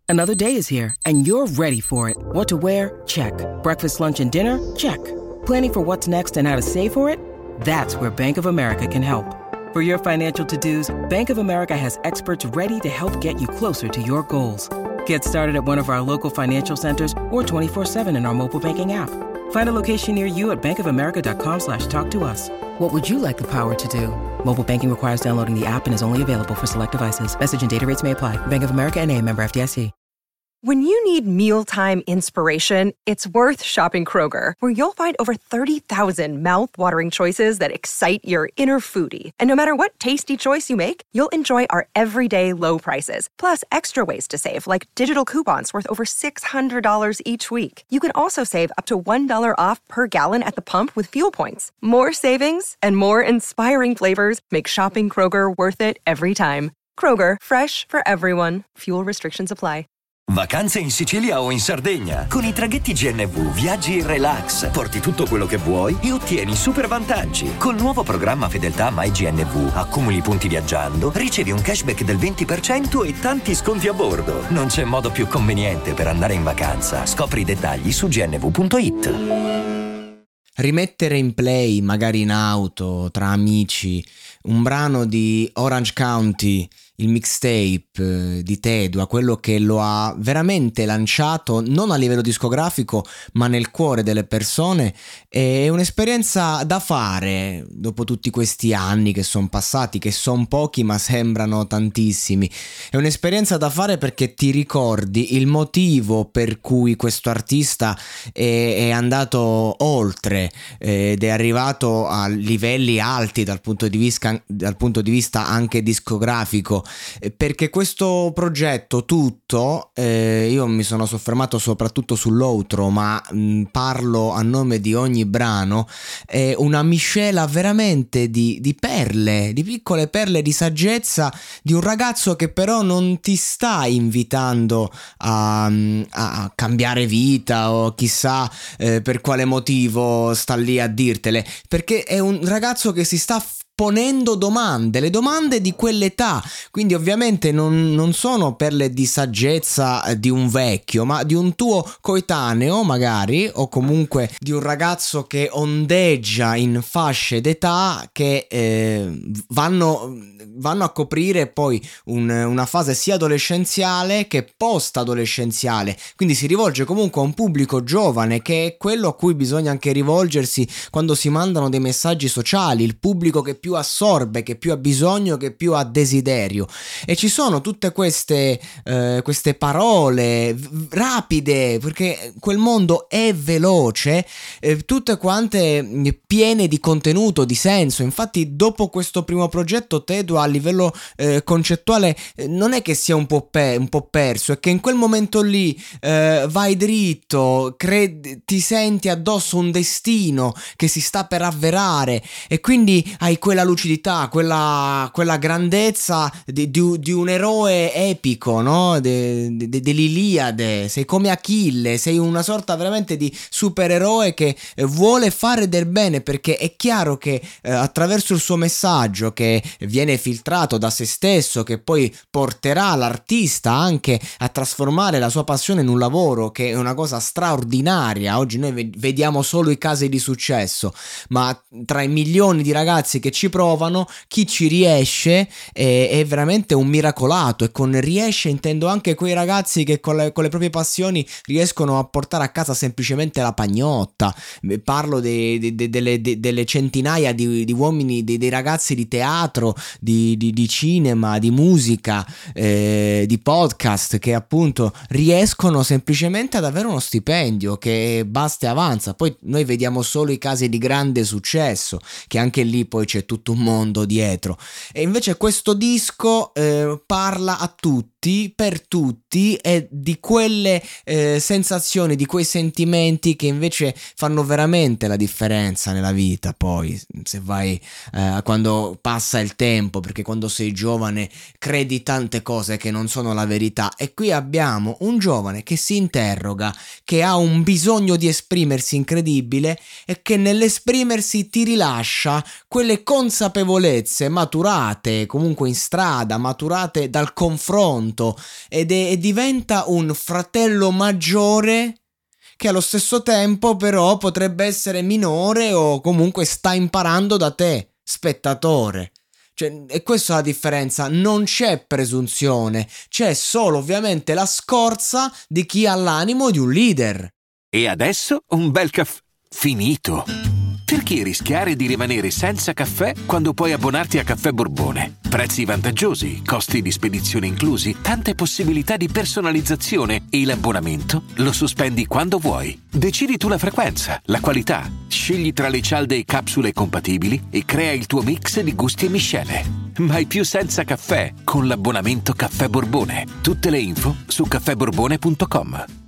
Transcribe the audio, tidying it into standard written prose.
Another day is here, and you're ready for it. What to wear? Check. Breakfast, lunch, and dinner? Check. Planning for what's next and how to save for it? That's where Bank of America can help. For your financial to-dos, Bank of America has experts ready to help get you closer to your goals. Get started at one of our local financial centers or 24/7 in our mobile banking app. Find a location near you at bankofamerica.com/talktous. What would you like the power to do? Mobile banking requires downloading the app and is only available for select devices. Message and data rates may apply. Bank of America N.A., member FDIC. When you need mealtime inspiration, it's worth shopping Kroger, where you'll find over 30,000 mouth-watering choices that excite your inner foodie. And no matter what tasty choice you make, you'll enjoy our everyday low prices, plus extra ways to save, like digital coupons worth over $600 each week. You can also save up to $1 off per gallon at the pump with fuel points. More savings and more inspiring flavors make shopping Kroger worth it every time. Kroger, fresh for everyone. Fuel restrictions apply. Vacanze in Sicilia o in Sardegna. Con i traghetti GNV viaggi in relax, porti tutto quello che vuoi e ottieni super vantaggi. Col nuovo programma Fedeltà MyGNV accumuli punti viaggiando, ricevi un cashback del 20% e tanti sconti a bordo. Non c'è modo più conveniente per andare in vacanza. Scopri i dettagli su gnv.it. Rimettere in play, magari in auto, tra amici, un brano di Orange County, il mixtape di Tedua, quello che lo ha veramente lanciato non a livello discografico ma nel cuore delle persone, è un'esperienza da fare dopo tutti questi anni che sono passati, che sono pochi ma sembrano tantissimi. È un'esperienza da fare perché ti ricordi il motivo per cui questo artista è andato oltre ed è arrivato a livelli alti dal punto di vista anche discografico, perché questo progetto tutto, io mi sono soffermato soprattutto sull'outro, ma parlo a nome di ogni brano, è una miscela veramente di perle, di piccole perle di saggezza di un ragazzo che però non ti sta invitando a cambiare vita o chissà per quale motivo sta lì a dirtele, perché è un ragazzo che si sta ponendo domande, le domande di quell'età, quindi ovviamente non sono perle di saggezza di un vecchio, ma di un tuo coetaneo magari, o comunque di un ragazzo che ondeggia in fasce d'età che vanno a coprire poi una fase sia adolescenziale che post-adolescenziale, quindi si rivolge comunque a un pubblico giovane, che è quello a cui bisogna anche rivolgersi quando si mandano dei messaggi sociali, il pubblico che più assorbe, che più ha bisogno, che più ha desiderio. E ci sono tutte queste parole rapide, perché quel mondo è veloce, tutte quante piene di contenuto, di senso. Infatti dopo questo primo progetto Tedua a livello concettuale non è che sia un po' perso, è che in quel momento lì vai dritto, ti senti addosso un destino che si sta per avverare e quindi hai quella lucidità, quella grandezza di un eroe epico, no? Dell'Iliade. Sei come Achille, sei una sorta veramente di supereroe che vuole fare del bene, perché è chiaro che attraverso il suo messaggio, che viene filtrato da se stesso, che poi porterà l'artista anche a trasformare la sua passione in un lavoro, che è una cosa straordinaria. Oggi noi vediamo solo i casi di successo, ma tra i milioni di ragazzi che ci provano, chi ci riesce è veramente un miracolato, e con riesce intendo anche quei ragazzi che con le proprie passioni riescono a portare a casa semplicemente la pagnotta. Parlo delle centinaia di uomini, dei ragazzi di teatro, di cinema, di musica, di podcast, che appunto riescono semplicemente ad avere uno stipendio che basta e avanza. Poi noi vediamo solo i casi di grande successo, che anche lì poi c'è tutto un mondo dietro, e invece questo disco parla a tutti, per tutti, e di quelle sensazioni, di quei sentimenti che invece fanno veramente la differenza nella vita. Poi se vai quando passa il tempo, perché quando sei giovane credi tante cose che non sono la verità, e qui abbiamo un giovane che si interroga, che ha un bisogno di esprimersi incredibile e che nell'esprimersi ti rilascia quelle consapevolezze maturate comunque in strada, maturate dal confronto, tanto e diventa un fratello maggiore che allo stesso tempo però potrebbe essere minore o comunque sta imparando da te, spettatore. Cioè, e questa è la differenza, non c'è presunzione, c'è solo ovviamente la scorza di chi ha l'animo di un leader. E adesso un bel caffè finito. Perché rischiare di rimanere senza caffè quando puoi abbonarti a Caffè Borbone? Prezzi vantaggiosi, costi di spedizione inclusi, tante possibilità di personalizzazione e l'abbonamento lo sospendi quando vuoi. Decidi tu la frequenza, la qualità, scegli tra le cialde e capsule compatibili e crea il tuo mix di gusti e miscele. Mai più senza caffè con l'abbonamento Caffè Borbone. Tutte le info su caffèborbone.com.